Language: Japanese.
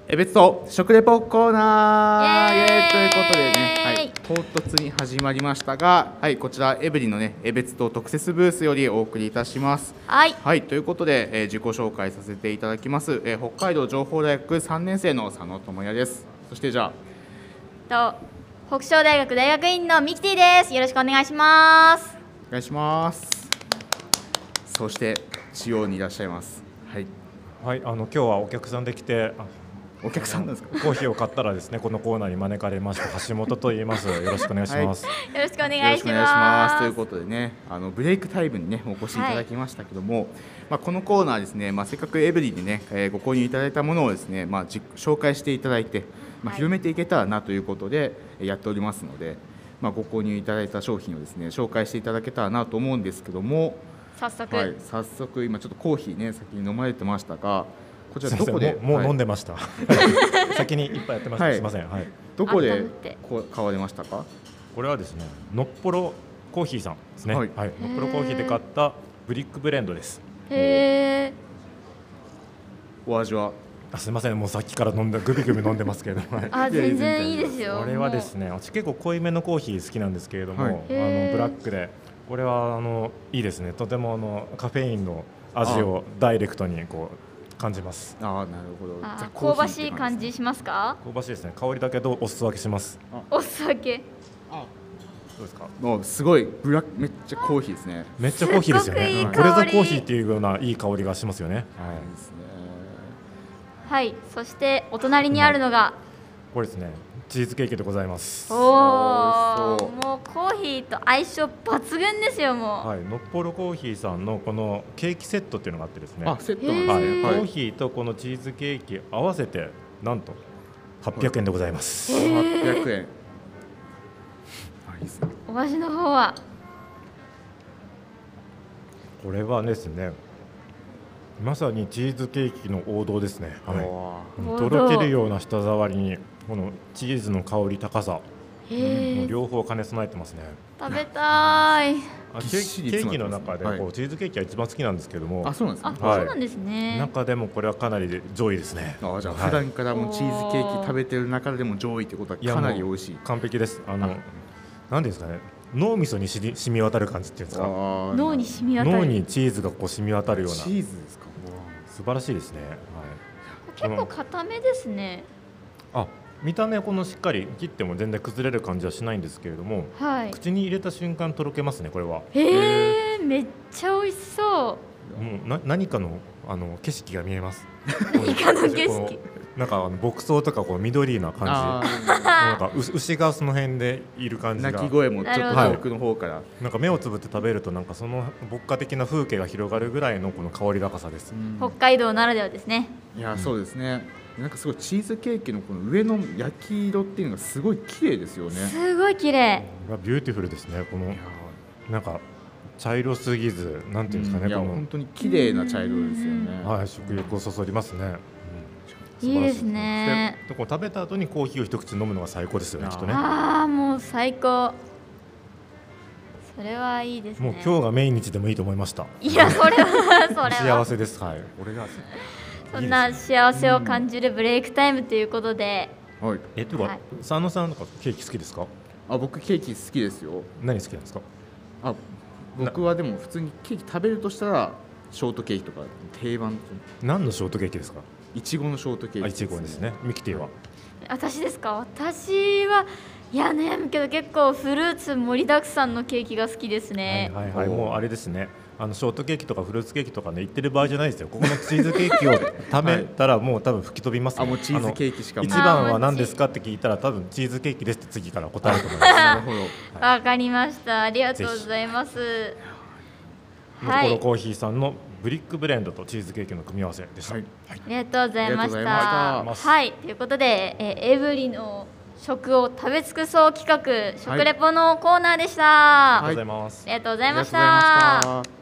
別と食レポコーナーイエーイということでね、唐突に始まりましたが、こちらエブリのね別と特設ブースよりお送りいたします。ということで、自己紹介させていただきます、北海道情報大学3年生の佐野智也です。そしてじゃあ北昇大学大学院のミキティです。よろしくお願いします。 お願いします。そして中央にいらっしゃいます。 今日はお客さんで来てお客さんなんですか。 コーヒーを買ったらですね、このコーナーに招かれました橋本と言います。よろしくお願いします。 よろしくお願いします。 ということでね、ブレイクタイムにねお越しいただきましたけども、このコーナーですね、せっかくエブリでね、ご購入いただいたものをですね、紹介していただいて、広めていけたらなということでやっておりますので、ご購入いただいた商品をですね紹介していただけたらなと思うんですけども、 早速今ちょっとコーヒーね先に飲まれてましたが、こちらどこでもう飲んでました。先に一杯やってました。すみません。 どこで買われましたか。 これはですね、のっぽろコーヒーさんですね。のっぽろコーヒーで買ったブリックブレンドです。 お味は。 すみません、もうさっきからグビグビ飲んでますけれども。 全然いいですよ。 これはですね、私結構濃いめのコーヒー好きなんですけれども、ブラックでこれはいいですね。とてもカフェインの味をダイレクトにこう感じます。 なるほど。 香ばしい感じしますか。 香ばしいですね。香りだけどお裾分けします。 お裾分け。 どうですか。 もうすごいめっちゃコーヒーですね。 めっちゃコーヒーですよね。これぞコーヒーっていうようないい香りがしますよね。 そしてお隣にあるのが、 これですね。チーズケーキでございます。 もうコーヒーと相性抜群ですよ。もう。 のっぽろコーヒーさんのこのケーキセットっていうのがあってですね。 セットなんですね。 コーヒーとこのチーズケーキ合わせてなんと800円でございます。 800円。 お味の方は。 これはですね、まさにチーズケーキの王道ですね。とろけるような舌触りにこのチーズの香り高さ、両方兼ね備えてますね。 食べたい。 ケーキの中でチーズケーキが一番好きなんですけども。 そうなんですね。 そうなんですね。 中でもこれはかなり上位ですね。 じゃあ普段からもチーズケーキ食べてる中でも上位ってことはかなり美味しい。 完璧です。なんですかね。脳みそに染み渡る感じっていうんですか。 脳に染み渡る。 脳にチーズがこう染み渡るような。 チーズですか。 素晴らしいですね。 結構固めですね。 見た目はこのしっかり切っても全然崩れる感じはしないんですけれども、口に入れた瞬間とろけますね。これは。 めっちゃ美味しそう。 もう何かの景色が見えます。 何かの景色。 なんか牧草とかこう緑な感じ。なんか牛がその辺でいる感じが。 鳴き声もちょっと遠くの方から。 なんか目をつぶって食べるとなんかその牧歌的な風景が広がるぐらいのこの香り高さです。 北海道ならではですね。 いやそうですね。なんかすごいチーズケーキのこの上の焼き色っていうのがすごい綺麗ですよね。 すごい綺麗。 ビューティフルですね。このなんか茶色すぎず、なんていうんですかね。 本当に綺麗な茶色ですよね。 食欲をそそりますね。 いいですね。 で、食べた後にコーヒーを一口飲むのが最高ですよね。きっとね。 もう最高。それはいいですね。 もう今日が命日でもいいと思いました。 いや、それは幸せです。これが。 そんな幸せを感じるブレイクタイムということで。 というか、佐野さんとかケーキ好きですか？ 僕ケーキ好きですよ。 何好きなんですか？ 僕はでも普通にケーキ食べるとしたらショートケーキとか定番。 何のショートケーキですか？ いちごのショートケーキ。 いちごですね。ミキティは？ 私ですか？私はいや悩むけど結構フルーツ盛りだくさんのケーキが好きですね。 もうあれですね。ショートケーキとかフルーツケーキとかね言ってる場合じゃないですよ。ここのチーズケーキを食べたらもう多分吹き飛びます。 もうチーズケーキしか。 一番は何ですかって聞いたら多分チーズケーキですって次から答えると思います。なるほど。 わかりました。ありがとうございます。 のっぽろコーヒーさんのブリックブレンドとチーズケーキの組み合わせでした。ありがとうございました。ということで、エブリの食を食べ尽くそう企画、食レポのコーナーでした。 ありがとうございます。 ありがとうございました。